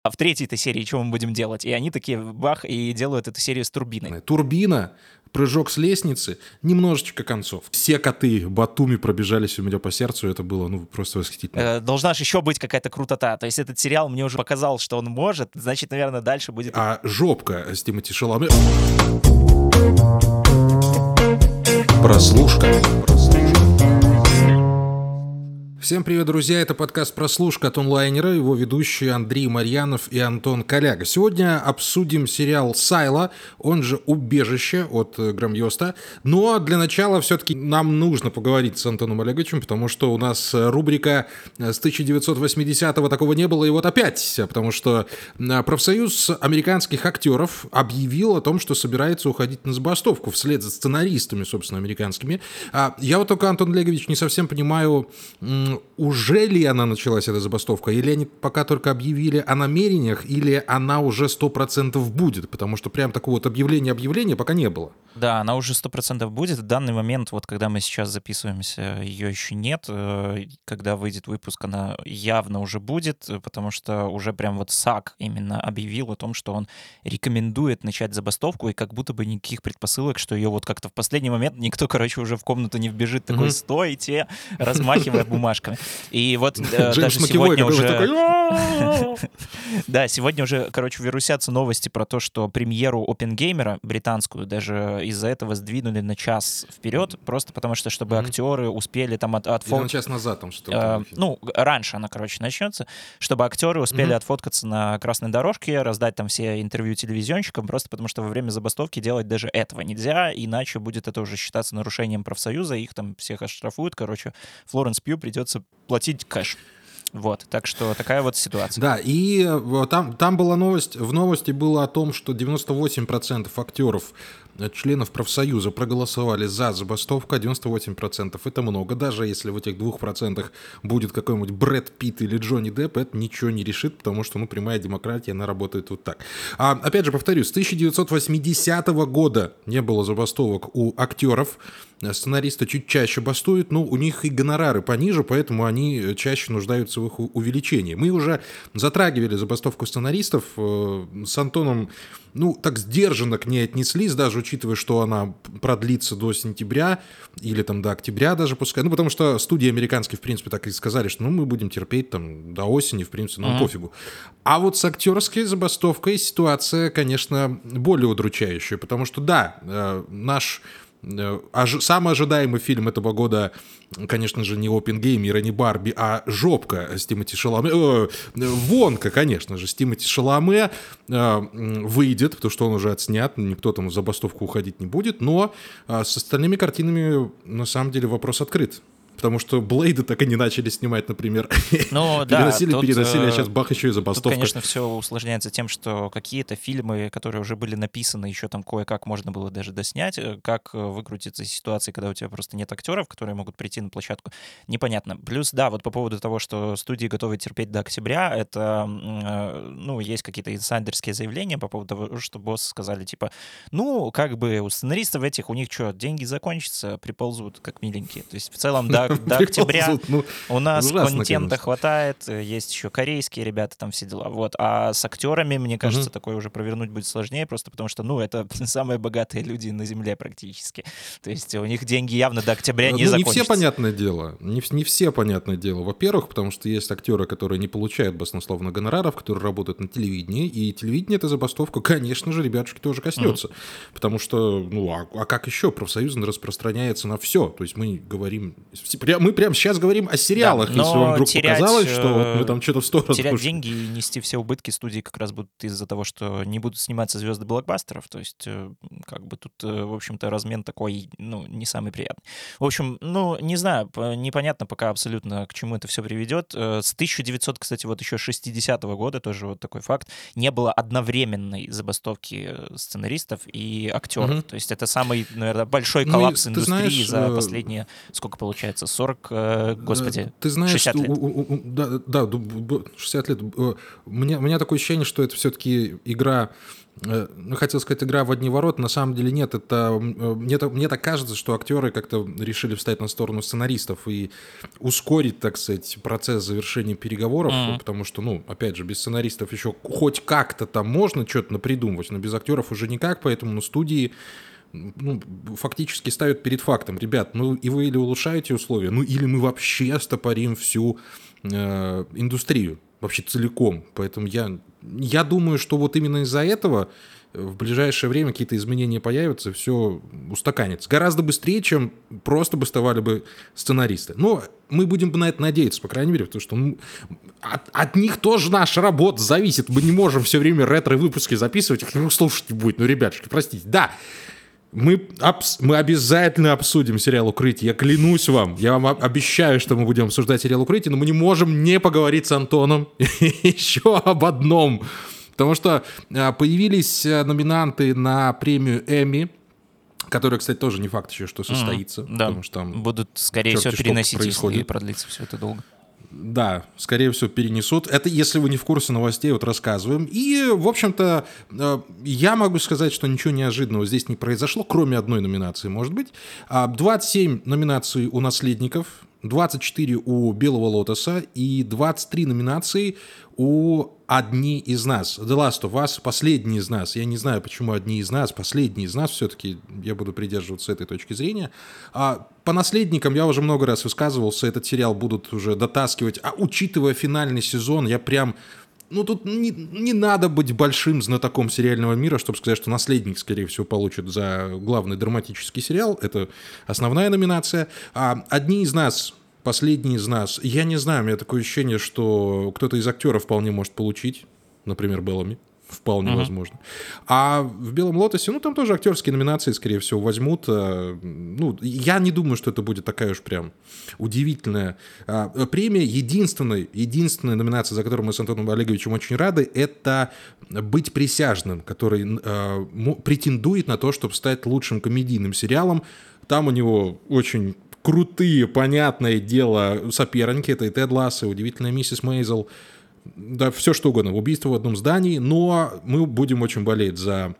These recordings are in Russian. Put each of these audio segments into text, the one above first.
а в третьей-то серии что мы будем делать? И они такие, бах, и делают эту серию с турбиной. Турбина, прыжок с лестницы, немножечко концов. Все коты Батуми пробежались у меня по сердцу, это было, просто восхитительно. Должна же еще быть какая-то крутота. То есть этот сериал мне уже показал, что он может, значит, наверное, дальше будет... А «Жопка» с Тимоти Шаламе... Прослушка. Всем привет, друзья! Это подкаст «Прослушка» от онлайнера, его ведущие Андрей Марьянов и Антон Коляга. Сегодня обсудим сериал «Сайло», он же «Убежище» от Громьёста. Но для начала все-таки нам нужно поговорить с Антоном Олеговичем, потому что у нас рубрика с 1980-го такого не было, и вот опять, потому что профсоюз американских актеров объявил о том, что собирается уходить на забастовку вслед за сценаристами, собственно, американскими. Я вот только, Антон Олегович, не совсем понимаю... Уже ли она началась, эта забастовка, или они пока только объявили о намерениях, или она уже 100% будет, потому что прям такого вот объявления пока не было. Да, она уже 100% будет. В данный момент, вот когда мы сейчас записываемся, ее еще нет. Когда выйдет выпуск, она явно уже будет, потому что уже прям вот САК именно объявил о том, что он рекомендует начать забастовку, и как будто бы никаких предпосылок, что ее вот как-то в последний момент никто, уже в комнату не вбежит, такой, стойте, размахивая бумажками. И вот даже сегодня уже... Да, сегодня уже, вирусятся новости про то, что премьеру Оппенгеймера британскую даже из-за этого сдвинули на час вперед, просто потому что, чтобы актеры успели там отфоткаться... Или на час назад там что-то. Раньше она, начнется, чтобы актеры успели отфоткаться на красной дорожке, раздать там все интервью телевизионщикам, просто потому что во время забастовки делать даже этого нельзя, иначе будет это уже считаться нарушением профсоюза, их там всех оштрафуют, Флоренс Пью придется платить кэш. Вот, так что такая вот ситуация. Да, и там была новость, в новости было о том, что 98% актеров, членов профсоюза проголосовали за забастовку, 98% это много, даже если в этих 2% будет какой-нибудь Брэд Питт или Джонни Депп, это ничего не решит, потому что, прямая демократия, она работает вот так. Опять же, повторюсь, с 1980 года не было забастовок у актеров, сценаристы чуть чаще бастуют, но у них и гонорары пониже, поэтому они чаще нуждаются в их увеличении. Мы уже затрагивали забастовку сценаристов, с Антоном, так сдержанно к ней отнеслись, даже учитывая, что она продлится до сентября или там до октября даже пускай, потому что студии американские, в принципе, так и сказали, что мы будем терпеть там до осени, в принципе, нам пофигу. А вот с актерской забастовкой ситуация, конечно, более удручающая, потому что, да, наш... Самый ожидаемый фильм этого года, конечно же, не «Оппенгеймер» и не «Барби», а «Жопка» с Тимоти Шаламе. «Вонка», конечно же, с Тимоти Шаламе выйдет, потому что он уже отснят, никто там в забастовку уходить не будет, но с остальными картинами, на самом деле, вопрос открыт. Потому что «Блейды» так и не начали снимать, например. Переносили, а сейчас бах, еще и забастовка. Тут, конечно, все усложняется тем, что какие-то фильмы, которые уже были написаны, еще там кое-как можно было даже доснять, как выкрутиться из ситуации, когда у тебя просто нет актеров, которые могут прийти на площадку, непонятно. Плюс, да, вот по поводу того, что студии готовы терпеть до октября, это, есть какие-то инсайдерские заявления по поводу того, что боссы сказали, типа, у сценаристов этих, у них что, деньги закончатся, приползут как миленькие. То есть в целом, да, до октября у нас контента хватает, есть еще корейские ребята, там все дела. Вот. А с актерами, мне кажется, такое уже провернуть будет сложнее, просто потому что, это самые богатые люди на Земле практически. То есть у них деньги явно до октября не закончатся. Не все, понятное дело. Не все, понятное дело. Во-первых, потому что есть актеры, которые не получают баснословно гонораров, которые работают на телевидении, и телевидение эта забастовка, конечно же, ребятушки, тоже коснется. Потому что, а как еще? Профсоюз распространяется на все. То есть мы говорим... Мы прямо сейчас говорим о сериалах, да, если вам вдруг показалось, что мы там что-то в сторону... Терять деньги и нести все убытки студии как раз будут из-за того, что не будут сниматься звезды блокбастеров. То есть, тут, в общем-то, размен такой, не самый приятный. В общем, не знаю, непонятно пока абсолютно, к чему это все приведет. С 1900, кстати, вот еще 60-го года, тоже вот такой факт, не было одновременной забастовки сценаристов и актеров. То есть это самый, наверное, большой коллапс индустрии за последние, сколько получается, господи, Ты знаешь, 60 лет. Да, 60 лет. У меня такое ощущение, что это все-таки игра, хотел сказать, игра в одни ворота, на самом деле нет. Мне так кажется, что актеры как-то решили встать на сторону сценаристов и ускорить, так сказать, процесс завершения переговоров, потому что, опять же, без сценаристов еще хоть как-то там можно что-то напридумывать, но без актеров уже никак, поэтому студии фактически ставят перед фактом: ребят, и вы или улучшаете условия, или мы вообще стопорим всю индустрию, вообще целиком. Поэтому я думаю, что вот именно из-за этого в ближайшее время какие-то изменения появятся, все устаканится. Гораздо быстрее, чем просто бастовали бы сценаристы. Но мы будем на это надеяться, по крайней мере, потому что от них тоже наша работа зависит. Мы не можем все время ретро-выпуски записывать, их слушать будет. Ребятушки, простите. Да, мы обязательно обсудим сериал «Укрытие». Я клянусь вам, я вам обещаю, что мы будем обсуждать сериал «Укрытие», но мы не можем не поговорить с Антоном еще об одном. Потому что появились номинанты на премию Эмми, которая, кстати, тоже не факт еще, что состоится. Да, потому что там будут, скорее всего, переносить, если продлится все это долго. Да, скорее всего, перенесут. Это, если вы не в курсе новостей, вот рассказываем. И, в общем-то, я могу сказать, что ничего неожиданного здесь не произошло, кроме одной номинации, может быть. 27 номинаций у «Наследников», 24 у «Белого лотоса» и 23 номинации у «Одни из нас». The Last of Us, «Последний из нас». Я не знаю, почему «Одни из нас», «Последний из нас». Все-таки я буду придерживаться этой точки зрения. По «Наследникам» я уже много раз высказывался. Этот сериал будут уже дотаскивать. А учитывая финальный сезон, я прям... тут не надо быть большим знатоком сериального мира, чтобы сказать, что «Наследник», скорее всего, получит за главный драматический сериал. Это основная номинация. «Одни из нас», «Последний из нас». Я не знаю, у меня такое ощущение, что кто-то из актеров вполне может получить. Например, Беллами. Вполне возможно. А в «Белом лотосе», там тоже актерские номинации, скорее всего, возьмут. Я не думаю, что это будет такая уж прям удивительная премия. Единственная номинация, за которую мы с Антоном Олеговичем очень рады, это «Быть присяжным», который претендует на то, чтобы стать лучшим комедийным сериалом. Там у него очень крутые, понятное дело, соперники. Это и Тед Лассо, и «Удивительная миссис Мейзел». Да, все что угодно. «Убийство в одном здании». Но мы будем очень болеть за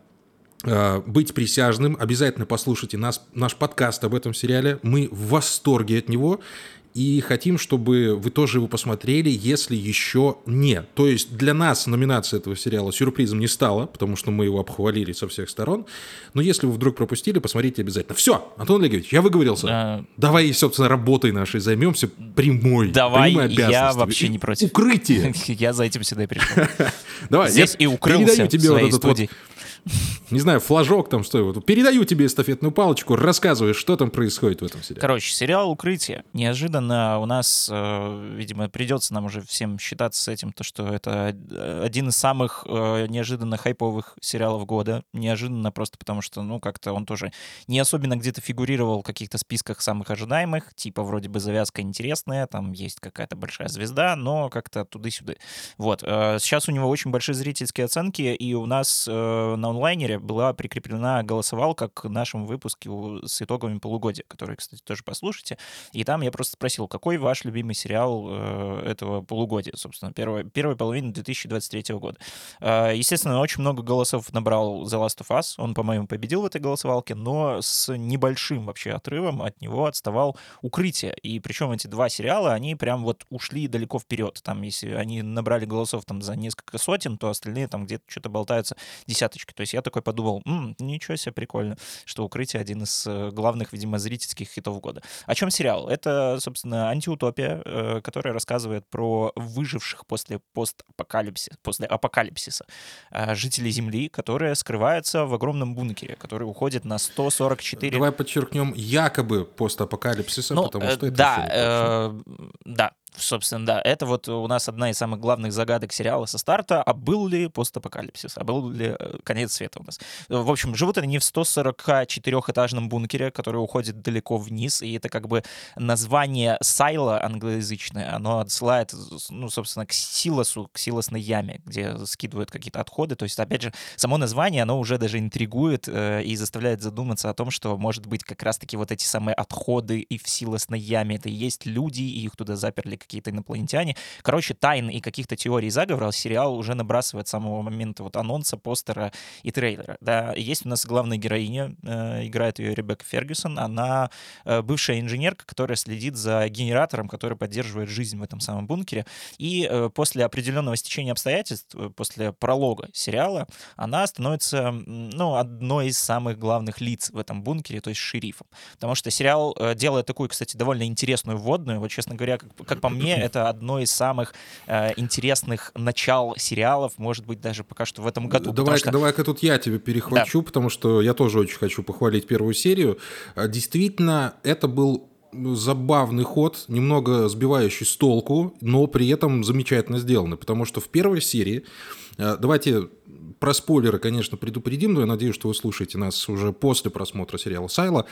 «Быть присяжным». Обязательно послушайте наш подкаст об этом сериале. Мы в восторге от него. И хотим, чтобы вы тоже его посмотрели, если еще не. То есть для нас номинация этого сериала сюрпризом не стала, потому что мы его обхвалили со всех сторон. Но если вы вдруг пропустили, посмотрите обязательно. Все, Антон Олегович, я выговорился. Давай, собственно, работой нашей займемся прямой обязанностью. Я вообще не против. «Укрытие». Я за этим сюда и пришел. Давай, здесь и укрылся в своей студии. Не знаю, флажок там, что передаю тебе эстафетную палочку, рассказывай, что там происходит в этом сериале. Короче, сериал «Укрытие». Неожиданно у нас, видимо, придется нам уже всем считаться с этим, то, что это один из самых неожиданно хайповых сериалов года. Неожиданно просто потому, что, как-то он тоже не особенно где-то фигурировал в каких-то списках самых ожидаемых, типа вроде бы завязка интересная, там есть какая-то большая звезда, но как-то туды-сюды. Вот. Сейчас у него очень большие зрительские оценки, и у нас на онлайнере была прикреплена голосовалка к нашему выпуску с итогами полугодия, который, кстати, тоже послушайте. И там я просто спросил, какой ваш любимый сериал этого полугодия, собственно, первой половины 2023 года. Естественно, очень много голосов набрал The Last of Us. Он, по-моему, победил в этой голосовалке, но с небольшим вообще отрывом от него отставал «Укрытие». И причем эти два сериала, они прям вот ушли далеко вперед. Там, если они набрали голосов там за несколько сотен, то остальные там где-то что-то болтаются десяточки. То есть я такой подумал, ничего себе, прикольно, что «Укрытие» один из главных, видимо, зрительских хитов года. О чем сериал? Это, собственно, антиутопия, которая рассказывает про выживших после апокалипсиса жителей Земли, которые скрываются в огромном бункере, который уходит на 144... Давай подчеркнем, якобы постапокалипсиса, потому что это... Да, Собственно, да, это вот у нас одна из самых главных загадок сериала со старта. А был ли постапокалипсис? А был ли конец света у нас? В общем, живут они в 144-этажном бункере, который уходит далеко вниз, и это как бы название сайла англоязычное, оно отсылает, ну, собственно, к силосу, к силосной яме, где скидывают какие-то отходы. То есть, опять же, само название, оно уже даже интригует и заставляет задуматься о том, что, может быть, как раз-таки вот эти самые отходы и в силосной яме, это и есть люди, и их туда заперли какие-то инопланетяне. Короче, тайн и каких-то теорий заговора сериал уже набрасывает с самого момента вот анонса, постера и трейлера. Да, есть у нас главная героиня, играет ее Ребекка Фергюсон, она бывшая инженерка, которая следит за генератором, который поддерживает жизнь в этом самом бункере. И после определенного стечения обстоятельств, после пролога сериала, она становится, ну, одной из самых главных лиц в этом бункере, то есть шерифом. Потому что сериал делает такую, кстати, довольно интересную вводную. Вот, честно говоря, как по мне, это одно из самых интересных начал сериалов, может быть, даже пока что в этом году. Давай-ка тут я тебя перехвачу, да. Потому что я тоже очень хочу похвалить первую серию. Действительно, это был забавный ход, немного сбивающий с толку, но при этом замечательно сделанный, потому что в первой серии, давайте про спойлеры, конечно, предупредим, но я надеюсь, что вы слушаете нас уже после просмотра сериала «Сайла»,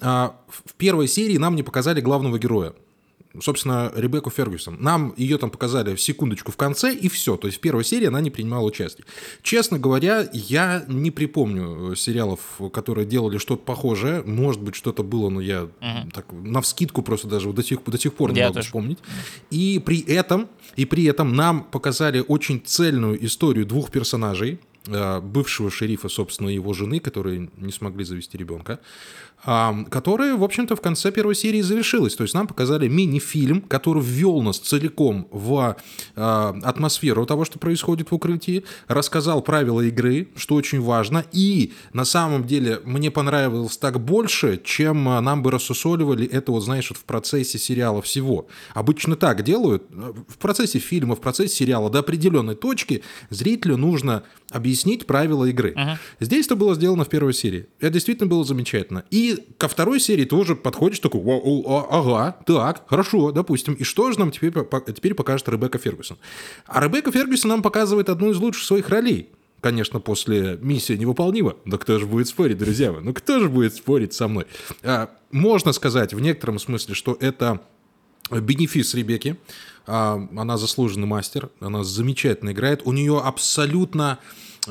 в первой серии нам не показали главного героя. Собственно, Ребекку Фергюсон. Нам ее там показали в секундочку в конце, и все. То есть в первой серии она не принимала участие. Честно говоря, я не припомню сериалов, которые делали что-то похожее. Может быть, что-то было, но я так навскидку просто даже до сих пор не могу вспомнить. И при этом нам показали очень цельную историю двух персонажей. Бывшего шерифа, собственно, его жены, которые не смогли завести ребенка, которая, в общем-то, в конце первой серии завершилась. То есть нам показали мини-фильм, который ввел нас целиком в атмосферу того, что происходит в укрытии, рассказал правила игры, что очень важно, и на самом деле мне понравилось так больше, чем нам бы рассусоливали это, вот знаешь, вот в процессе сериала всего. Обычно так делают. В процессе фильма, в процессе сериала до определенной точки зрителю нужно объяснить правила игры. Здесь это было сделано в первой серии. Это действительно было замечательно. И ко второй серии тоже подходишь такой, ага, так, хорошо, допустим. И что же нам теперь покажет Ребекка Фергюсон? А Ребекка Фергюсон нам показывает одну из лучших своих ролей. Конечно, после «Миссия невыполнима». Да кто же будет спорить, друзья мои? Ну кто же будет спорить со мной? Можно сказать в некотором смысле, что это бенефис Ребекки. Она заслуженный мастер, она замечательно играет. У нее абсолютно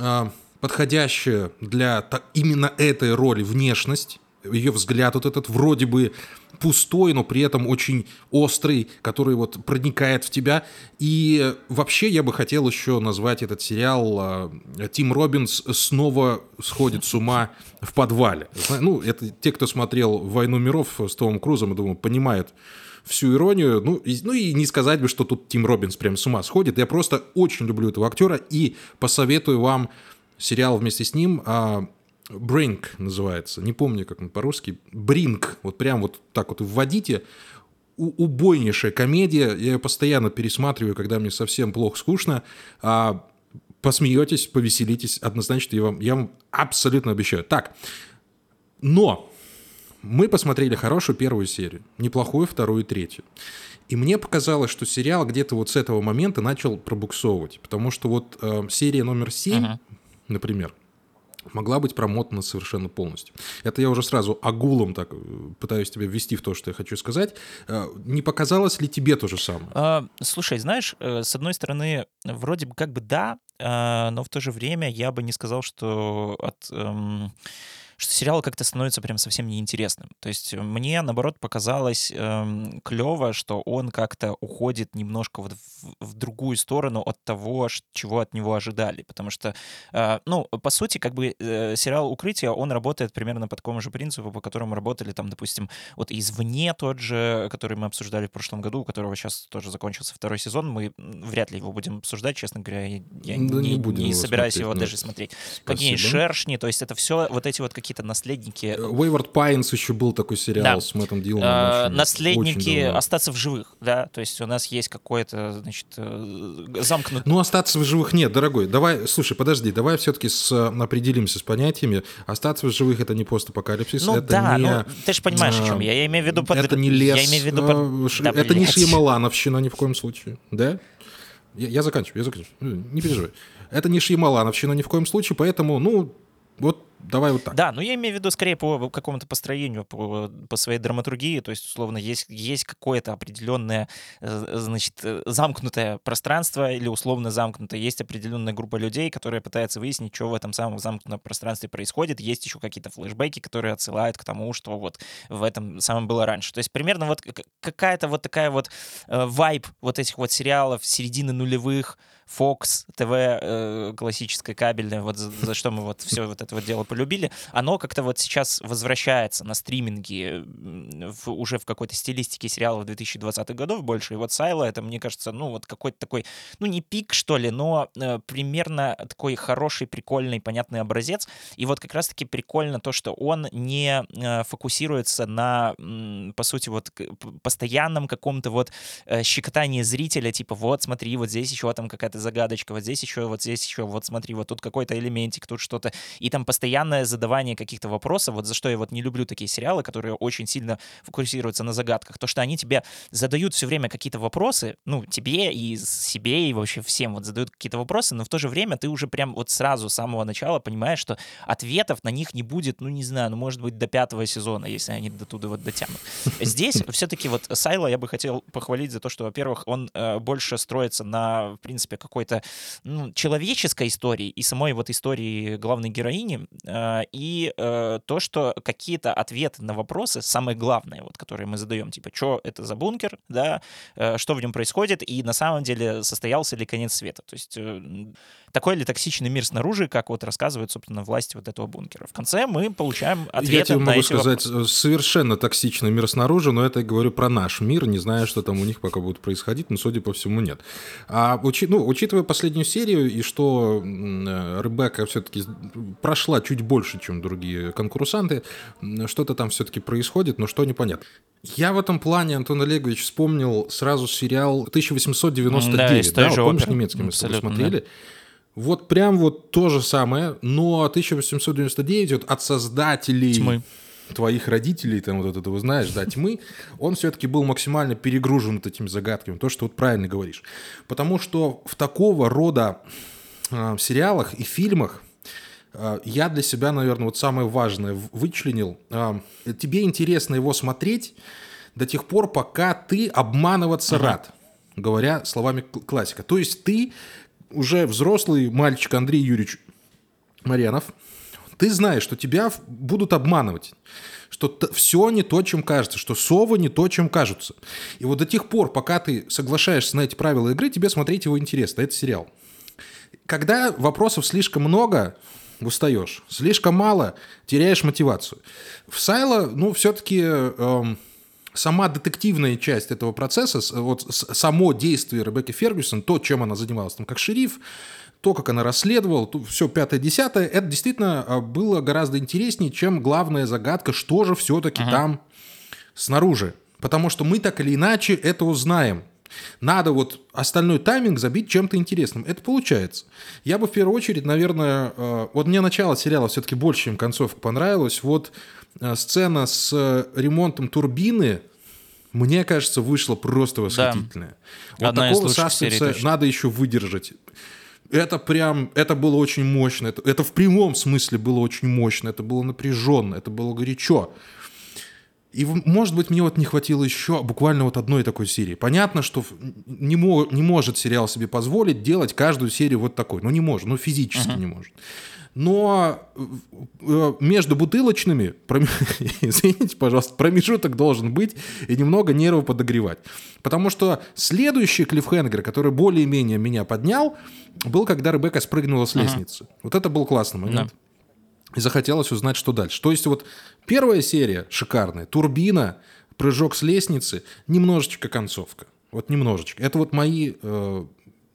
подходящая для именно этой роли внешность. Ее взгляд вот этот вроде бы пустой, но при этом очень острый, который вот проникает в тебя. И вообще я бы хотел еще назвать этот сериал «Тим Роббинс снова сходит с ума в подвале». Ну, это те, кто смотрел «Войну миров» с Томом Крузом, я думаю, понимают всю иронию. Ну и не сказать бы, что тут Тим Роббинс прям с ума сходит. Я просто очень люблю этого актера и посоветую вам сериал вместе с ним. «Бринк» называется. Не помню, как он по-русски. «Бринк». Вот прям вот так вот вводите. Убойнейшая комедия. Я ее постоянно пересматриваю, когда мне совсем плохо, скучно. Посмеетесь, повеселитесь. Однозначно я вам абсолютно обещаю. Так, но мы посмотрели хорошую первую серию, неплохую вторую и третью. И мне показалось, что сериал где-то вот с этого момента начал пробуксовывать. Потому что вот серия номер 7, например, могла быть промотана совершенно полностью. Это я уже сразу огулом так пытаюсь тебя ввести в то, что я хочу сказать. Не показалось ли тебе то же самое? Слушай, знаешь, с одной стороны, вроде бы как бы да, но в то же время я бы не сказал, что что сериал как-то становится прям совсем неинтересным. То есть мне, наоборот, показалось клево, что он как-то уходит немножко вот в другую сторону от того, чего от него ожидали. Потому что, ну, по сути, как бы сериал «Укрытие», он работает примерно по такому же принципу, по которому работали там, допустим, вот «Извне» тот же, который мы обсуждали в прошлом году, у которого сейчас тоже закончился второй сезон. Мы вряд ли его будем обсуждать, честно говоря. Я не собираюсь его даже смотреть. Какие-нибудь «Шершни», то есть это все вот эти вот какие какие-то наследники... Wayward Pines еще был такой сериал, Да. с Мэттом Диланом. Наследники остаться в живых, да, то есть у нас есть какое-то, значит, замкнутое... Ну, остаться в живых нет, дорогой. Давай, слушай, подожди, давай все-таки определимся с понятиями. Остаться в живых — это не постапокалипсис, Ну это да, не... ну ты же понимаешь, о чем я. Я имею в виду... Это не лес, Я имею в виду... Да, это не блядь. Шьямалановщина ни в коем случае, да? Я заканчиваю. Не переживай. Это не Шьямалановщина ни в коем случае, поэтому, ну, вот давай вот так. Да, но я имею в виду скорее по какому-то построению, по своей драматургии, то есть, условно, есть какое-то определенное, значит, замкнутое пространство или условно замкнутое, есть определенная группа людей, которые пытаются выяснить, что в этом самом замкнутом пространстве происходит, есть еще какие-то флешбеки, которые отсылают к тому, что вот в этом самом было раньше. То есть примерно вот какая-то вот такая вот вайб вот этих вот сериалов середины нулевых, Fox, ТВ классическое, кабельное, вот за что мы вот все вот это вот дело полюбили, оно как-то вот сейчас возвращается на стриминге уже в какой-то стилистике сериалов 2020-х годов больше. И вот Сайло, это, мне кажется, ну вот какой-то такой, ну не пик, что ли, но примерно такой хороший, прикольный, понятный образец. И вот как раз-таки прикольно то, что он не фокусируется на, по сути, вот постоянном каком-то вот щекотании зрителя, типа вот смотри, вот здесь еще там какая-то загадочка, вот здесь еще, вот смотри, вот тут какой-то элементик, тут что-то. И там постоянное задавание каких-то вопросов, вот за что я вот не люблю такие сериалы, которые очень сильно фокусируются на загадках, то, что они тебе задают все время какие-то вопросы, ну, тебе и себе, и вообще всем вот задают какие-то вопросы, но в то же время ты уже прям вот сразу с самого начала понимаешь, что ответов на них не будет, ну, не знаю, ну, может быть, до 5-го сезона, если они до туда вот дотянут. Здесь все-таки вот Сайло я бы хотел похвалить за то, что, во-первых, он больше строится на, в принципе, какой-то человеческой истории и самой вот истории главной героини, и то, что какие-то ответы на вопросы, самые главные, вот, которые мы задаем, типа, что это за бункер, да, что в нем происходит, и на самом деле состоялся ли конец света. То есть такой ли токсичный мир снаружи, как вот рассказывают, собственно, власти вот этого бункера. В конце мы получаем ответы на эти вопросы. Я тебе могу сказать, совершенно токсичный мир снаружи, но это я говорю про наш мир, не знаю, что там у них пока будет происходить, но, судя по всему, нет. Учитывая последнюю серию и что Ребекка все-таки прошла чуть больше, чем другие конкурсанты, что-то там все-таки происходит, но что непонятно. Я в этом плане, Антон Олегович, вспомнил сразу сериал 1899, да, вот, помнишь, немецкий мы с тобой смотрели? Да. Вот прям вот то же самое, но 1899 вот от создателей... Тьмы. Твоих родителей, там вот этого, знаешь, да, тьмы, он все-таки был максимально перегружен вот этими загадками, то, что вот правильно говоришь. Потому что в такого рода сериалах и фильмах я для себя, наверное, вот самое важное вычленил. Тебе интересно его смотреть до тех пор, пока ты обманываться рад, говоря словами классика. То есть ты уже взрослый мальчик Андрей Юрьевич Марьянов, ты знаешь, что тебя будут обманывать, что все не то, чем кажется, что совы не то, чем кажутся. И вот до тех пор, пока ты соглашаешься на эти правила игры, тебе смотреть его интересно. Это сериал. Когда вопросов слишком много, устаешь. Слишком мало, теряешь мотивацию. В Сайло, ну, все-таки сама детективная часть этого процесса, вот само действие Ребекки Фергюсон, то, чем она занималась там как шериф, то, как она расследовала, все 5-10, это действительно было гораздо интереснее, чем главная загадка, что же все-таки там снаружи. Потому что мы так или иначе это узнаем. Надо вот остальной тайминг забить чем-то интересным. Это получается. Я бы в первую очередь, наверное... Вот мне начало сериала все-таки больше, чем концовка понравилась. Вот сцена с ремонтом турбины, мне кажется, вышла просто восхитительная. Да. Вот одна такого саспенса надо еще выдержать. Это было очень мощно. Это в прямом смысле было очень мощно. Это было напряженно, это было горячо. И, может быть, мне вот не хватило еще буквально вот одной такой серии. Понятно, что не может сериал себе позволить делать каждую серию вот такой. Ну, не может, физически не может. Но между бутылочными, извините, пожалуйста, промежуток должен быть и немного нервы подогревать. Потому что следующий клиффхенгер, который более-менее меня поднял, был, когда Ребекка спрыгнула с лестницы. Вот это был классный момент. И захотелось узнать, что дальше. То есть вот первая серия шикарная, турбина, прыжок с лестницы, немножечко концовка. Вот немножечко. Это вот мои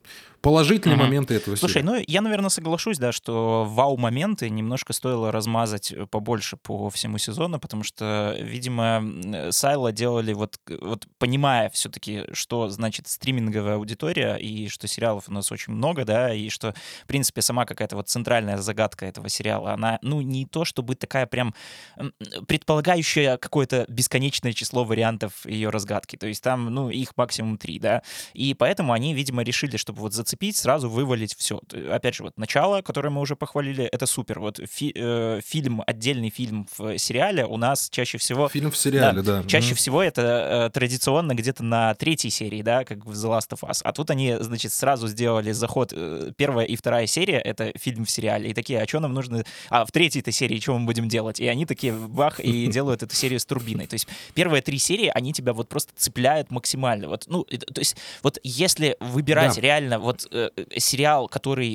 положительные моменты этого Слушай, сериала. ну я, наверное, соглашусь, да, что вау-моменты немножко стоило размазать побольше по всему сезону, потому что, видимо, Сайла делали вот понимая все-таки, что значит стриминговая аудитория, и что сериалов у нас очень много, да, и что, в принципе, сама какая-то вот центральная загадка этого сериала, она, ну, не то чтобы такая прям предполагающая какое-то бесконечное число вариантов ее разгадки, то есть там, ну, их максимум 3, да, и поэтому они, видимо, решили, чтобы вот зацепить, сразу вывалить все. Опять же, вот начало, которое мы уже похвалили, это супер. Вот фильм, отдельный фильм в сериале у нас чаще всего... Фильм в сериале, да. Чаще всего это традиционно где-то на третьей серии, да, как в The Last of Us. А тут они, значит, сразу сделали заход. Первая и вторая серия — это фильм в сериале. И такие, а что нам нужно... А в третьей-то серии что мы будем делать? И они такие, бах, и делают эту серию с турбиной. То есть первые 3 серии, они тебя вот просто цепляют максимально. Вот, ну, то есть вот если выбирать реально вот сериал,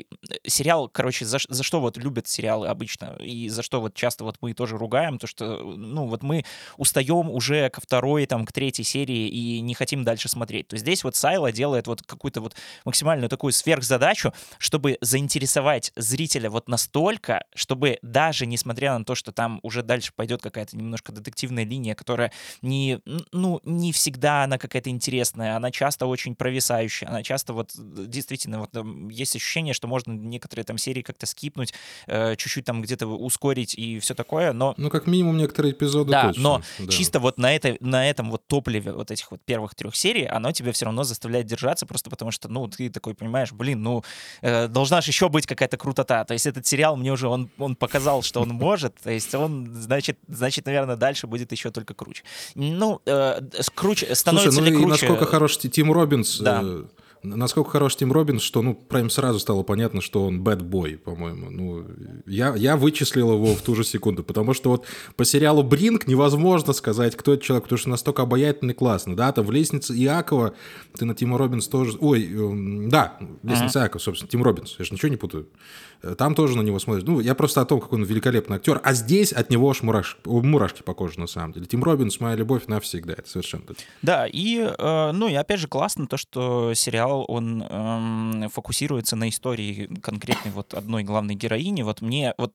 короче, за что вот любят сериалы обычно, и за что вот часто вот мы тоже ругаем, то что, ну, вот мы устаем уже ко второй, там, к третьей серии и не хотим дальше смотреть. То есть здесь вот Сайла делает вот какую-то вот максимальную такую сверхзадачу, чтобы заинтересовать зрителя вот настолько, чтобы даже несмотря на то, что там уже дальше пойдет какая-то немножко детективная линия, которая не всегда она какая-то интересная, она часто очень провисающая, она часто вот действительно вот есть ощущение, что можно некоторые там серии как-то скипнуть, чуть-чуть там где-то ускорить и все такое, но... Ну, как минимум, некоторые эпизоды да, точно. Но чисто вот на этом вот топливе вот этих вот первых 3 серий, оно тебя все равно заставляет держаться, просто потому что, ну, ты такой понимаешь, блин, ну, должна же еще быть какая-то крутота. То есть этот сериал мне уже, он показал, что он может, то есть он, значит, наверное, дальше будет еще только круче. Ну, становится Слушай, ли круче... и насколько хорош Тим Роббинс... Да. Насколько хорош Тим Роббинс, что, ну, прям сразу стало понятно, что он bad boy, по-моему. Ну, я вычислил его в ту же секунду, потому что вот по сериалу «Бринг» невозможно сказать, кто этот человек, потому что настолько обаятельный, классный. Да, там в «Лестнице Иакова» ты на Тима Роббинс тоже... Ой, да, «Лестница Иакова», собственно, Тим Роббинс, я же ничего не путаю. Там тоже на него смотришь. Ну, я просто о том, какой он великолепный актер. А здесь от него аж мурашки по коже, на самом деле. Тим Роббинс — моя любовь навсегда. Это совершенно... Да, и, ну, и опять же классно то, что сериал, он фокусируется на истории конкретной вот одной главной героини. Вот мне вот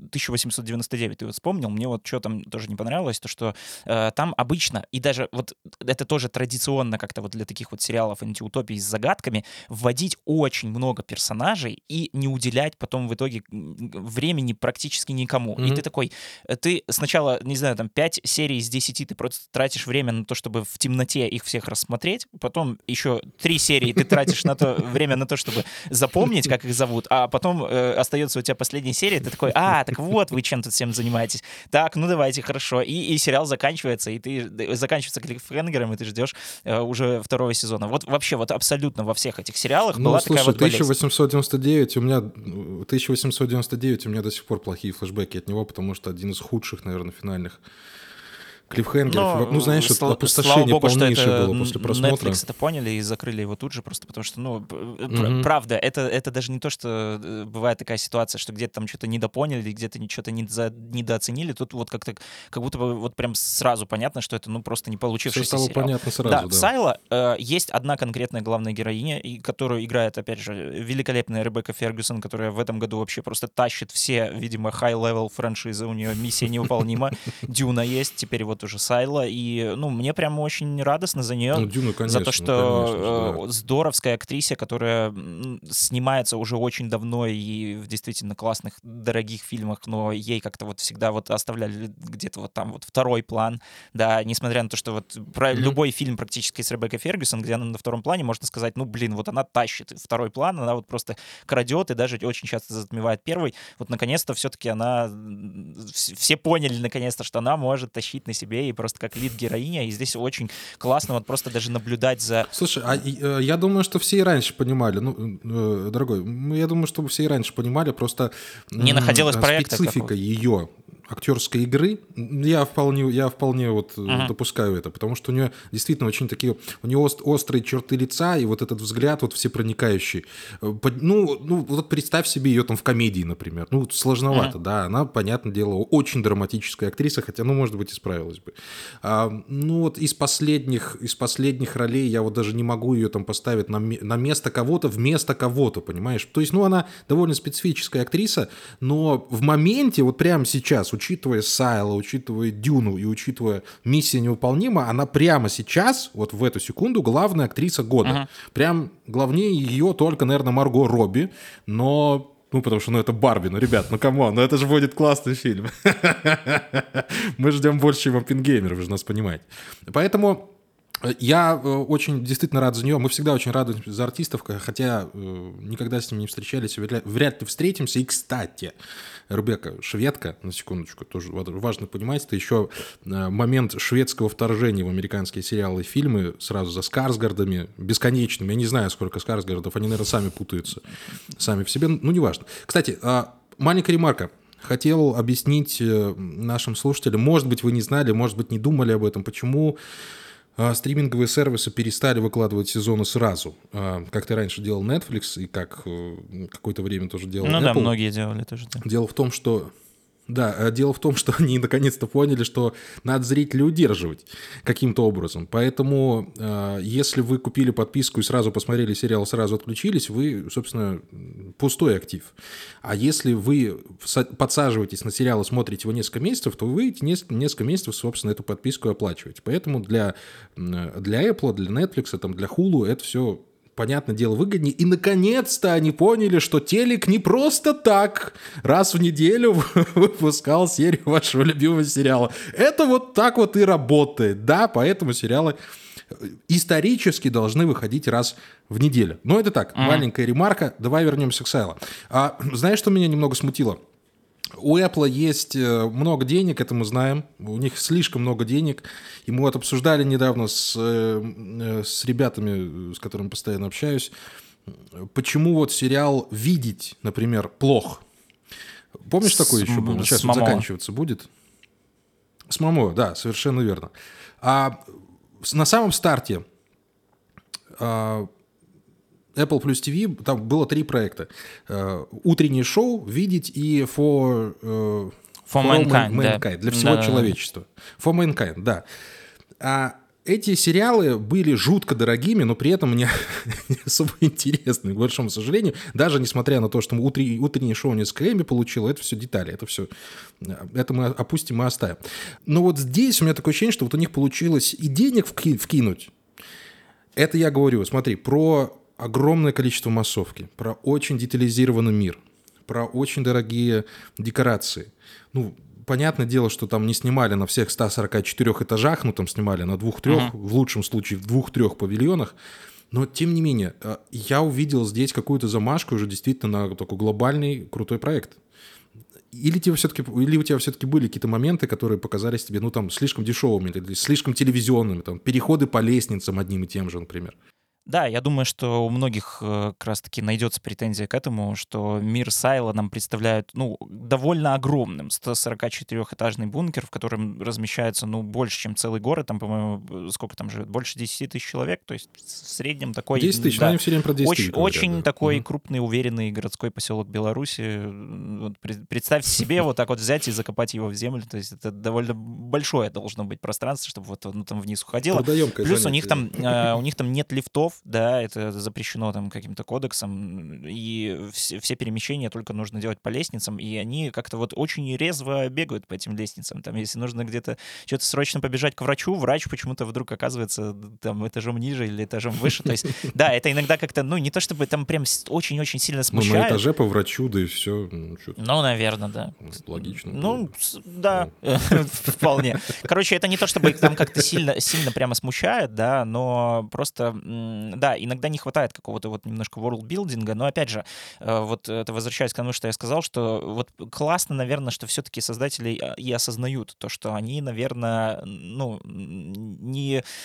1899 ты вот вспомнил, мне вот что там тоже не понравилось, то, что там обычно, и даже вот это тоже традиционно как-то вот для таких вот сериалов антиутопий с загадками, вводить очень много персонажей и не уделять потом в итоге времени практически никому. И ты такой, ты сначала, не знаю, там 5 серий из 10 ты просто тратишь время на то, чтобы в темноте их всех рассмотреть, потом еще 3 серии ты тратишь время на то, чтобы запомнить, как их зовут, а потом остается у тебя последняя серия, ты такой, так вот вы чем тут всем занимаетесь. Так, ну давайте, хорошо. И сериал заканчивается, и ты заканчивается клиффхенгером, и ты ждешь уже 2 сезона. Вот вообще вот абсолютно во всех этих сериалах была такая вот болезнь. 1899 у меня до сих пор плохие флешбеки от него, потому что один из худших, наверное, финальных клиффхенгеров. Ну, знаешь, опустошение полнейшее было после просмотра. Netflix это поняли и закрыли его тут же, просто потому что, ну, правда, это даже не то, что бывает такая ситуация, что где-то там что-то недопоняли, где-то что-то недооценили. Тут вот как будто бы вот прям сразу понятно, что это, ну, просто не получившийся сериал. Все стало понятно сразу, да. В Сайла есть одна конкретная главная героиня, которую играет, опять же, великолепная Ребекка Фергюсон, которая в этом году вообще просто тащит все, видимо, high-level франшизы, у нее миссия невыполнима. Дюна есть, теперь вот уже Сайла, и, ну, мне прям очень радостно за нее, Дюна, конечно, за то, что конечно, здоровская актриса, которая снимается уже очень давно и в действительно классных, дорогих фильмах, но ей как-то вот всегда вот оставляли где-то вот там вот второй план, да, несмотря на то, что вот про любой фильм практически с Ребеккой Фергюсон, где она на втором плане, можно сказать, ну, блин, вот она тащит второй план, она вот просто крадет и даже очень часто затмевает первый. Вот наконец-то все-таки она, все поняли наконец-то, что она может тащить на себе и просто как лид-героиня, и здесь очень классно вот просто даже наблюдать за... Слушай, я думаю, что все и раньше понимали, дорогой, я думаю, что все и раньше понимали, просто не находилось проекта специфика ее. актерской игры, я вполне вот Мгм. допускаю это, потому что у нее действительно очень такие, у нее острые черты лица, и вот этот взгляд вот всепроникающий. Ну, вот представь себе ее там в комедии, например. Ну, Мгм. сложновато, да, она, понятное дело, очень драматическая актриса, хотя, ну, может быть, и справилась бы. Ну, вот из последних ролей я вот даже не могу ее там поставить на место кого-то вместо кого-то, понимаешь? То есть, ну, она довольно специфическая актриса, но в моменте, вот прямо сейчас, учитывая Сайла, учитывая Дюну и учитывая «Миссия невыполнима», она прямо сейчас, вот в эту секунду, главная актриса года. Мгм. Прям главнее ее только, наверное, Марго Робби, но... Ну, потому что, ну, это Барби, ну, ребят, ну, камон, ну, это же будет классный фильм. Мы ждем больше, чем Оппенгеймер, вы же нас понимаете. Поэтому я очень действительно рад за нее. Мы всегда очень рады за артистов, хотя никогда с ними не встречались, вряд ли встретимся. И, кстати, Ребекка шведка, на секундочку, тоже важно понимать, это еще момент шведского вторжения в американские сериалы и фильмы сразу за Скарсгардами, бесконечными. Я не знаю, сколько Скарсгардов, они, наверное, сами путаются, сами в себе, ну, неважно. Кстати, маленькая ремарка. Хотел объяснить нашим слушателям, может быть, вы не знали, может быть, не думали об этом, почему стриминговые сервисы перестали выкладывать сезоны сразу. Как ты раньше делал Netflix и как какое-то время тоже делал Ну да, Apple. многие делали тоже так. Дело в том, что дело в том, что они наконец-то поняли, что надо зрителя удерживать каким-то образом. Поэтому, если вы купили подписку и сразу посмотрели сериал, сразу отключились, вы, собственно, пустой актив. А если вы подсаживаетесь на сериал и смотрите его несколько месяцев, то вы эти несколько месяцев, собственно, эту подписку оплачиваете. Поэтому для Apple, для Netflix, там, для Hulu это все, понятное дело, выгоднее. И, наконец-то, они поняли, что телек не просто так раз в неделю выпускал серию вашего любимого сериала. Это вот так вот и работает. Да, поэтому сериалы исторически должны выходить раз в неделю. Но это так, Мгм. маленькая ремарка. Давай вернемся к Сайлу. Знаешь, что меня немного смутило? У Apple есть много денег, это мы знаем. У них слишком много денег. И мы вот обсуждали недавно с ребятами, с которыми постоянно общаюсь, почему вот сериал «Видеть», например, плох. Помнишь, такое еще было? С Сейчас вот Момо. заканчиваться будет. С Момо, да, совершенно верно. На самом старте Apple Plus TV, там было 3 проекта. Утреннее шоу, «Видеть» и For For All Mankind, да. Mankind, для всего Да-да-да. человечества. For Mankind, да. Эти сериалы были жутко дорогими, но при этом не особо интересными, к большому сожалению. Даже несмотря на то, что утреннее шоу несколько Эмми получило, это все детали, это мы опустим и оставим. Но вот здесь у меня такое ощущение, что вот у них получилось и денег вкинуть. Это я говорю, смотри, про огромное количество массовки, про очень детализированный мир, про очень дорогие декорации. Ну, понятное дело, что там не снимали на всех 144 этажах, ну, там снимали на 2-3, Мгм. в лучшем случае в 2-3 павильонах. Но, тем не менее, я увидел здесь какую-то замашку уже действительно на такой глобальный крутой проект. Или у тебя все-таки были какие-то моменты, которые показались тебе, ну, там, слишком дешевыми или слишком телевизионными, там, переходы по лестницам одним и тем же, например. Да, я думаю, что у многих как раз-таки найдется претензия к этому, что мир Сайла нам представляют, ну, довольно огромным. 144-этажный бункер, в котором размещается, ну, больше, чем целый город. Там, по-моему, сколько там живет? Больше 10 тысяч человек. То есть в среднем такой, 10 тысяч, но да, они все время про 10 тысяч говорят, очень да. такой Мгм. крупный, уверенный городской поселок Беларуси. Вот представьте себе вот так вот взять и закопать его в землю. То есть это довольно большое должно быть пространство, чтобы вот оно там вниз уходило. Трудоемкое Плюс занятие, да. у них там нет лифтов, да, это запрещено там каким-то кодексом, и все перемещения только нужно делать по лестницам, и они как-то вот очень резво бегают по этим лестницам. Там, если нужно где-то что-то срочно побежать к врачу, врач почему-то вдруг оказывается там этажом ниже или этажом выше. То есть, да, это иногда как-то, ну, не то чтобы там прям очень-очень сильно Ну, на смущает. этаже по врачу, да и все. Ну, наверное, да. Логично. Ну, да, вполне. Короче, это не то, чтобы их там как-то сильно прямо смущает, да, но просто, да, иногда не хватает какого-то вот немножко ворлдбилдинга, но, опять же, вот это возвращаясь к тому, что я сказал, что вот классно, наверное, что все-таки создатели и осознают то, что они, наверное, ну,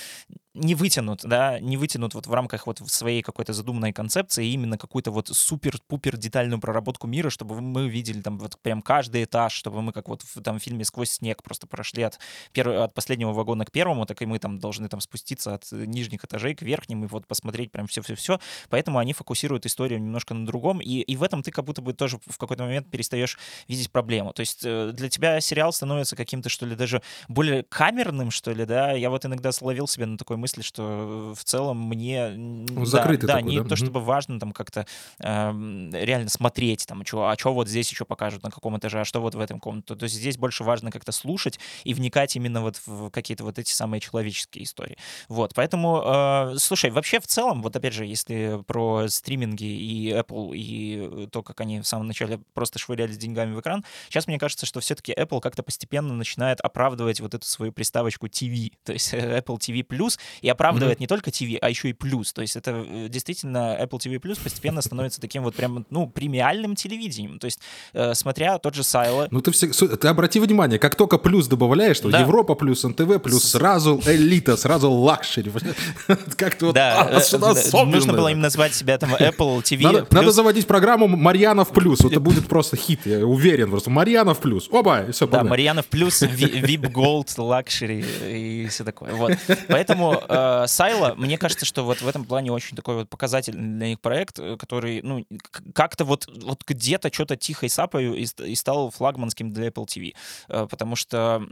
не вытянут, да, не вытянут вот в рамках вот своей какой-то задуманной концепции именно какую-то вот супер-пупер детальную проработку мира, чтобы мы видели там вот прям каждый этаж, чтобы мы как вот в там фильме «Сквозь снег» просто прошли от последнего вагона к первому, так и мы там должны там спуститься от нижних этажей к верхним и вот посмотреть прям все-все-все. Поэтому они фокусируют историю немножко на другом, и в этом ты как будто бы тоже в какой-то момент перестаешь видеть проблему. То есть для тебя сериал становится каким-то, что ли, даже более камерным, что ли, да? Я вот иногда словил себя на такой мысли, что в целом мне, Он закрытый да, такой, не да? то чтобы важно там как-то реально смотреть, там, что вот здесь еще покажут, на каком этаже, а что вот в этом комнате. То есть здесь больше важно как-то слушать и вникать именно вот в какие-то вот эти самые человеческие истории. Вот, поэтому, слушай, вообще в целом, вот опять же, если про стриминги и Apple, и то, как они в самом начале просто швырялись деньгами в экран, сейчас мне кажется, что все-таки Apple как-то постепенно начинает оправдывать вот эту свою приставочку TV, то есть Apple TV+, и оправдывает не только TV, а еще и плюс. То есть это действительно Apple TV+, постепенно становится таким вот прям, ну, премиальным телевидением. То есть смотря тот же Сайло... Ну ты обрати внимание, как только плюс добавляешь, что Да. Европа плюс, НТВ плюс, сразу элита, сразу лакшери. Как-то вот нужно было им назвать себя там Apple TV+. Надо заводить программу «Марьянов плюс». Это будет просто хит, я уверен. Просто «Марьянов плюс». Оба, и все, да, Марьянов плюс, VIP Gold, Luxury и все такое. Вот. Поэтому Сайло, мне кажется, что вот в этом плане очень такой вот показательный для них проект, который, ну, как-то вот где-то что-то тихо и сапою и стал флагманским для Apple TV. Потому что,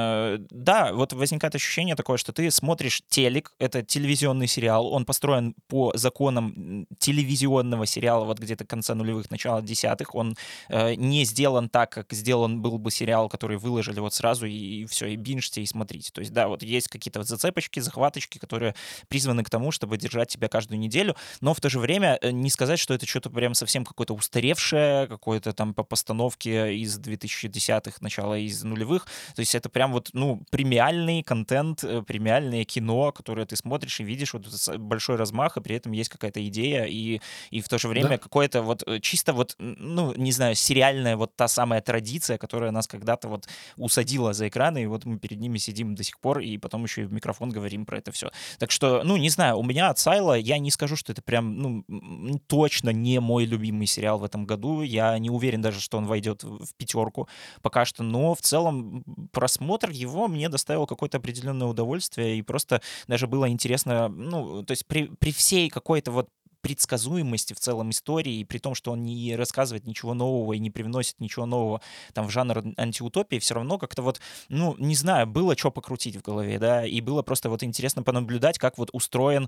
да, вот возникает ощущение такое, что ты смотришь телек, это телевизионный сериал, он построен по законам телевизионного сериала вот где-то конца нулевых, начала десятых, он не сделан так, как сделан был бы сериал, который выложили вот сразу, и все, и бинжьте, и смотрите. То есть, да, вот есть какие-то вот зацепочки, захваточки, которые призваны к тому, чтобы держать тебя каждую неделю, но в то же время не сказать, что это что-то прям совсем какое-то устаревшее, какое-то там по постановке из 2010-х, начала из нулевых. То есть это прям вот, ну, премиальный контент, премиальное кино, которое ты смотришь и видишь вот большой размах, и при этом есть какая-то идея, и в то же время какое-то вот чисто вот, ну, не знаю, сериальная вот та самая традиция, которая нас когда-то вот усадила за экраны, и вот мы перед ними сидим до сих пор, и потом еще и в микрофон говорим про это все. Так что, ну, не знаю, у меня от Сайла, я не скажу, что это прям, ну, точно не мой любимый сериал в этом году, я не уверен даже, что он войдет в пятерку пока что, но в целом просмотр его мне доставил какое-то определенное удовольствие, и просто даже было интересно, ну, то есть при всей какой-то вот предсказуемости в целом истории, и при том, что он не рассказывает ничего нового и не привносит ничего нового там в жанр антиутопии, все равно как-то вот, ну, не знаю, было что покрутить в голове, да, и было просто вот интересно понаблюдать, как вот устроен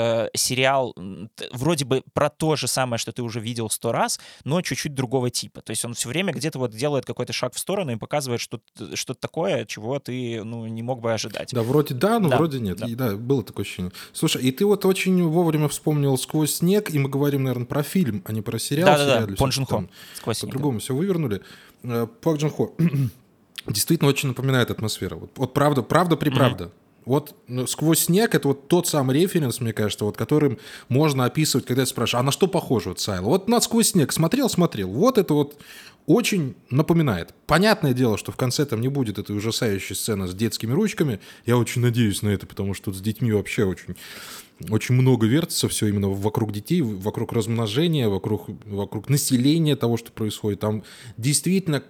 сериал вроде бы про то же самое, что ты уже видел 100 раз, но чуть-чуть другого типа. То есть он все время где-то вот делает какой-то шаг в сторону и показывает что-то такое, чего ты, ну, не мог бы ожидать. Да, вроде да, но Да, вроде нет. да. И да, было такое ощущение. Слушай, и ты вот очень вовремя вспомнил «Сквозь снег», и мы говорим, наверное, про фильм, а не про сериал. Да-да-да, Пон Джун Хо. Там по-другому все вывернули. Пак Джун Хо действительно очень напоминает атмосферу. Вот правда. Вот «Сквозь снег» — это вот тот самый референс, мне кажется, вот которым можно описывать, когда я спрашиваю, а на что похоже вот Сайло? Вот на «Сквозь снег» смотрел. Вот это вот очень напоминает. Понятное дело, что в конце там не будет этой ужасающей сцены с детскими ручками. Я очень надеюсь на это, потому что тут с детьми вообще очень много вертится все именно вокруг детей, вокруг размножения, вокруг населения того, что происходит. Там действительно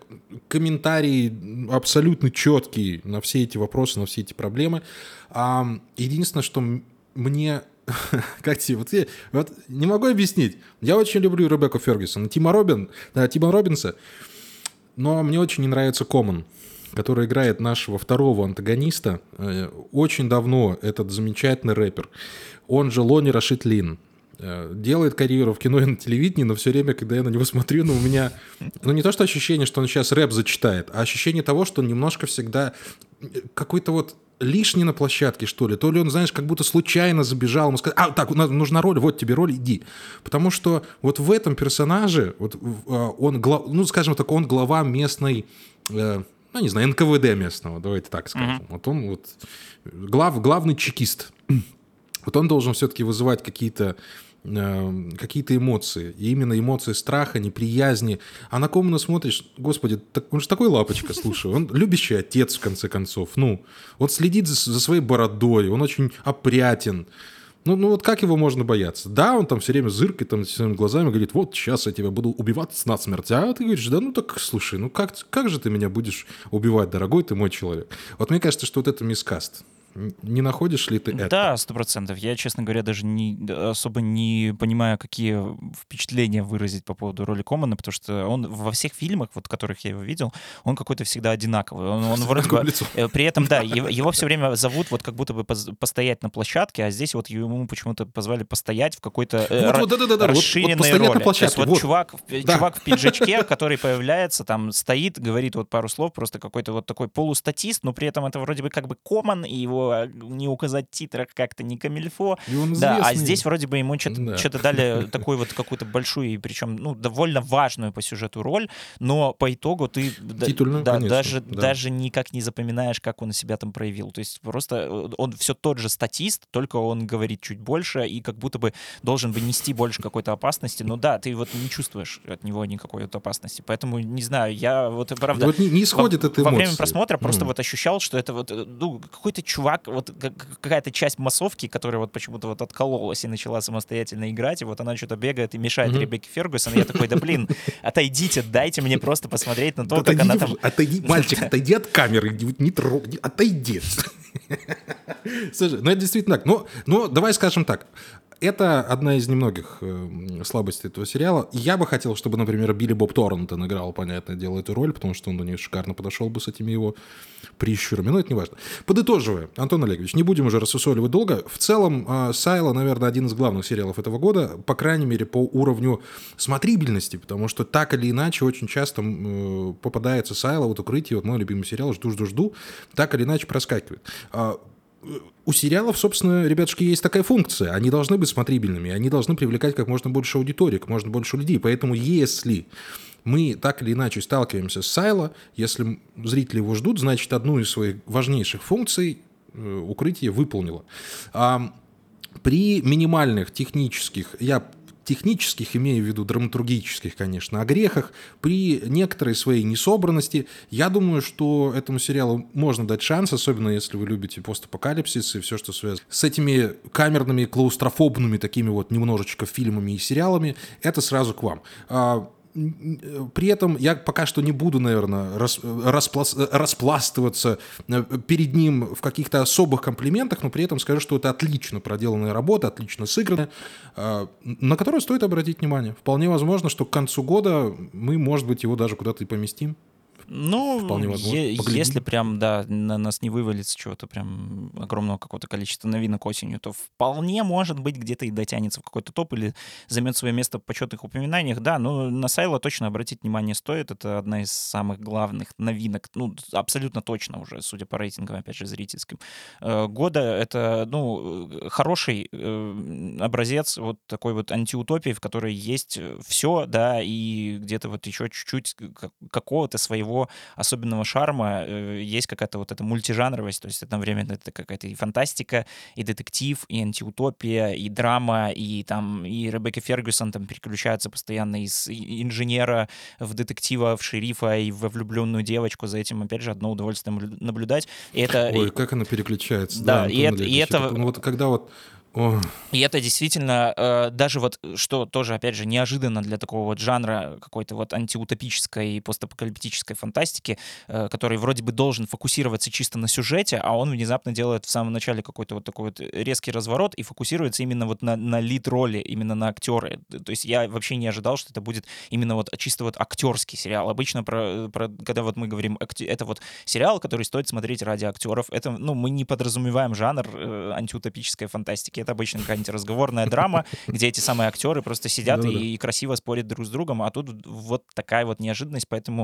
комментарии абсолютно четкие на все эти вопросы, на все эти проблемы. Единственное, что мне... Как тебе? Вот не могу объяснить. Я очень люблю Ребекку Фергюсон, Тима Роббинса, но мне очень не нравится Коммон, который играет нашего второго антагониста. Очень давно этот замечательный рэпер, он же Лони Рашид Лин, делает карьеру в кино и на телевидении, но все время, когда я на него смотрю, у меня, не то что ощущение, что он сейчас рэп зачитает, а ощущение того, что он немножко всегда какой-то вот лишний на площадке, что ли. То ли он, знаешь, как будто случайно забежал, ему сказал, так, нужна роль, вот тебе роль, иди. Потому что вот в этом персонаже, вот он, скажем так, он глава местной, не знаю, НКВД местного, давайте так скажем. Вот он вот главный чекист. Вот он должен все-таки вызывать какие-то какие-то эмоции. И именно эмоции страха, неприязни. А на Комана смотришь, господи, он же такой лапочка, слушай, он любящий отец, в конце концов. Ну, вот следит за своей бородой, он очень опрятен. Ну вот как его можно бояться? Да, он там все время зыркает там своими глазами, говорит, вот сейчас я тебя буду убивать насмерть. А ты говоришь, да ну так слушай, ну как же ты меня будешь убивать, дорогой ты мой человек? Вот мне кажется, что вот это мискаст. Не находишь ли ты это? Да, 100%. Я, честно говоря, даже особо не понимаю, какие впечатления выразить по поводу роли Комана, потому что он во всех фильмах, вот, в которых я его видел, он какой-то всегда одинаковый. Он вроде бы... При этом, да, его все время зовут вот как будто бы постоять на площадке, а здесь вот ему почему-то позвали постоять в какой-то расширенной роли. На площадке. То есть вот чувак в пиджачке, который появляется, там стоит, говорит вот пару слов, просто какой-то вот такой полустатист, но при этом это вроде бы как бы Коман, и его не указать в титрах как-то не камильфо. Да, а здесь вроде бы ему что-то дали такую вот какую-то большую, и причем довольно важную по сюжету роль, но по итогу ты даже никак не запоминаешь, как он себя там проявил. То есть просто он все тот же статист, только он говорит чуть больше и как будто бы должен бы нести больше какой-то опасности. Но да, ты вот не чувствуешь от него никакой вот опасности. Поэтому, не знаю, я вот правда... Вот не исходит это во время просмотра просто вот ощущал, что это вот какой-то чувак, вот какая-то часть массовки, которая вот почему-то вот откололась и начала самостоятельно играть, и вот она что-то бегает и мешает Ребекке Фергюсон, и я такой, да блин, отойдите, дайте мне просто посмотреть на то, как она там... Отойди, мальчик, отойди от камеры, не трогай, отойди. Слушай, ну это действительно так. Но давай скажем так. Это одна из немногих слабостей этого сериала. Я бы хотел, чтобы, например, Билли Боб Торнтон играл, понятное дело, эту роль, потому что он до нее шикарно подошел бы с этими его прищурами. Но это не важно. Подытоживая, Антон Олегович, не будем уже рассусоливать долго. В целом, Сайло, наверное, один из главных сериалов этого года, по крайней мере, по уровню смотрибельности, потому что так или иначе очень часто попадается Сайло, вот «Укрытие», вот мой любимый сериал, жду, так или иначе проскакивает. У сериалов, собственно, ребятушки, есть такая функция. Они должны быть смотрибельными, они должны привлекать как можно больше аудитории, как можно больше людей. Поэтому если мы так или иначе сталкиваемся с Сайло, если зрители его ждут, значит, одну из своих важнейших функций «Укрытие» выполнило. При минимальных технических, имею в виду драматургических, конечно, огрехах, при некоторой своей несобранности, я думаю, что этому сериалу можно дать шанс, особенно если вы любите постапокалипсис и все, что связано с этими камерными, клаустрофобными такими вот немножечко фильмами и сериалами, это сразу к вам. При этом я пока что не буду, наверное, распластываться перед ним в каких-то особых комплиментах, но при этом скажу, что это отлично проделанная работа, отлично сыгранная, на которую стоит обратить внимание. Вполне возможно, что к концу года мы, может быть, его даже куда-то и поместим. Ну, если прям, да, на нас не вывалится чего-то прям огромного какого-то количества новинок осенью, то вполне, может быть, где-то и дотянется в какой-то топ или займет свое место в почетных упоминаниях. Да, но на Сайло точно обратить внимание стоит. Это одна из самых главных новинок, ну, абсолютно точно уже, судя по рейтингам, опять же, зрительским, года. Это, ну, хороший образец вот такой вот антиутопии, в которой есть все, да, и где-то вот еще чуть-чуть какого-то своего особенного шарма, есть какая-то вот эта мультижанровость, то есть одновременно это какая-то и фантастика, и детектив, и антиутопия, и драма, и там и Ребекка Фергюсон там переключается постоянно из инженера в детектива, в шерифа и во влюбленную девочку, за этим опять же одно удовольствие наблюдать. И это... Ой, как она переключается. Да, и это... Ну, вот когда вот... И это действительно даже вот, что тоже, опять же, неожиданно для такого вот жанра какой-то вот антиутопической и постапокалиптической фантастики, который вроде бы должен фокусироваться чисто на сюжете, а он внезапно делает в самом начале какой-то вот такой вот резкий разворот и фокусируется именно вот на лид-роли, именно на актеры. То есть я вообще не ожидал, что это будет именно вот чисто вот актерский сериал. Обычно когда вот мы говорим, это вот сериал, который стоит смотреть ради актеров, это, ну, мы не подразумеваем жанр антиутопической фантастики. Это обычно какая-нибудь разговорная драма, где эти самые актеры просто сидят и красиво спорят друг с другом, а тут вот такая вот неожиданность. Поэтому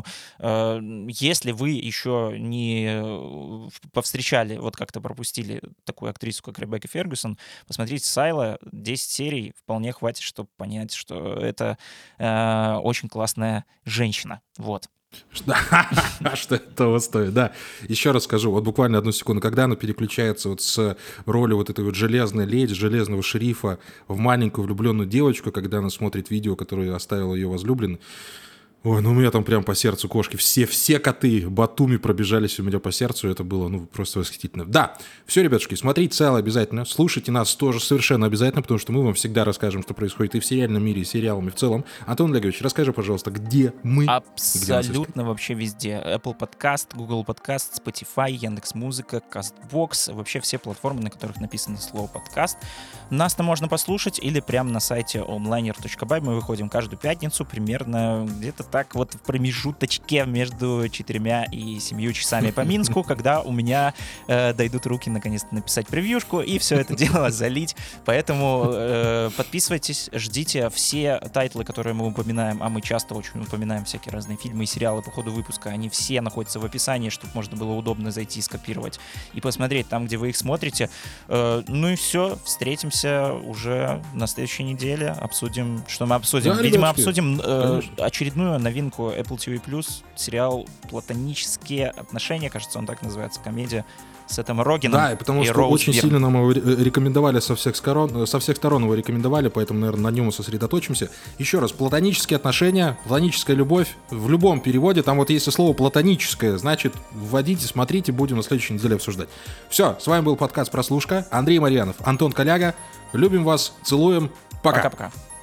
если вы еще не повстречали, вот как-то пропустили такую актрису, как Ребекка Фергюсон, посмотрите Сайло, 10 серий вполне хватит, чтобы понять, что это очень классная женщина. Вот. Что это того стоит, да. Еще раз скажу, вот буквально одну секунду, когда она переключается вот с роли вот этой вот железной леди, железного шерифа в маленькую влюбленную девочку, когда она смотрит видео, которое оставил ее возлюбленный, ой, ну у меня там прям по сердцу кошки. Все коты Батуми пробежались у меня по сердцу. Это было, ну, просто восхитительно. Да, все, ребятушки, смотрите целое обязательно. Слушайте нас тоже совершенно обязательно, потому что мы вам всегда расскажем, что происходит и в сериальном мире, и сериалами в целом. Антон Олегович, расскажи, пожалуйста, где мы? Абсолютно вообще везде. Apple Podcast, Google Podcast, Spotify, Яндекс.Музыка, CastBox. Вообще все платформы, на которых написано слово «подкаст». Нас там можно послушать или прямо на сайте onliner.by. Мы выходим каждую пятницу примерно где-то так вот в промежуточке между 4 и 7 часами по Минску, когда у меня дойдут руки наконец-то написать превьюшку и все это дело залить. Поэтому подписывайтесь, ждите все тайтлы, которые мы упоминаем, а мы часто очень упоминаем всякие разные фильмы и сериалы по ходу выпуска. Они все находятся в описании, чтобы можно было удобно зайти, скопировать и посмотреть там, где вы их смотрите. Ну и все, встретимся уже на следующей неделе, обсудим, что мы обсудим. Да, видимо, ребятки, обсудим очередную новинку Apple TV+, сериал «Платонические отношения», кажется, он так называется, комедия с Сетом Рогеном. Да, и потому что Роуз очень Бирн. сильно нам его рекомендовали со всех сторон его рекомендовали, поэтому, наверное, на нем мы сосредоточимся. Еще раз, платонические отношения, платоническая любовь в любом переводе, там вот если слово платоническое, значит, вводите, смотрите, будем на следующей неделе обсуждать. Все, с вами был подкаст «Прослушка». Андрей Марьянов, Антон Коляга. Любим вас, целуем. Пока. Пока-пока.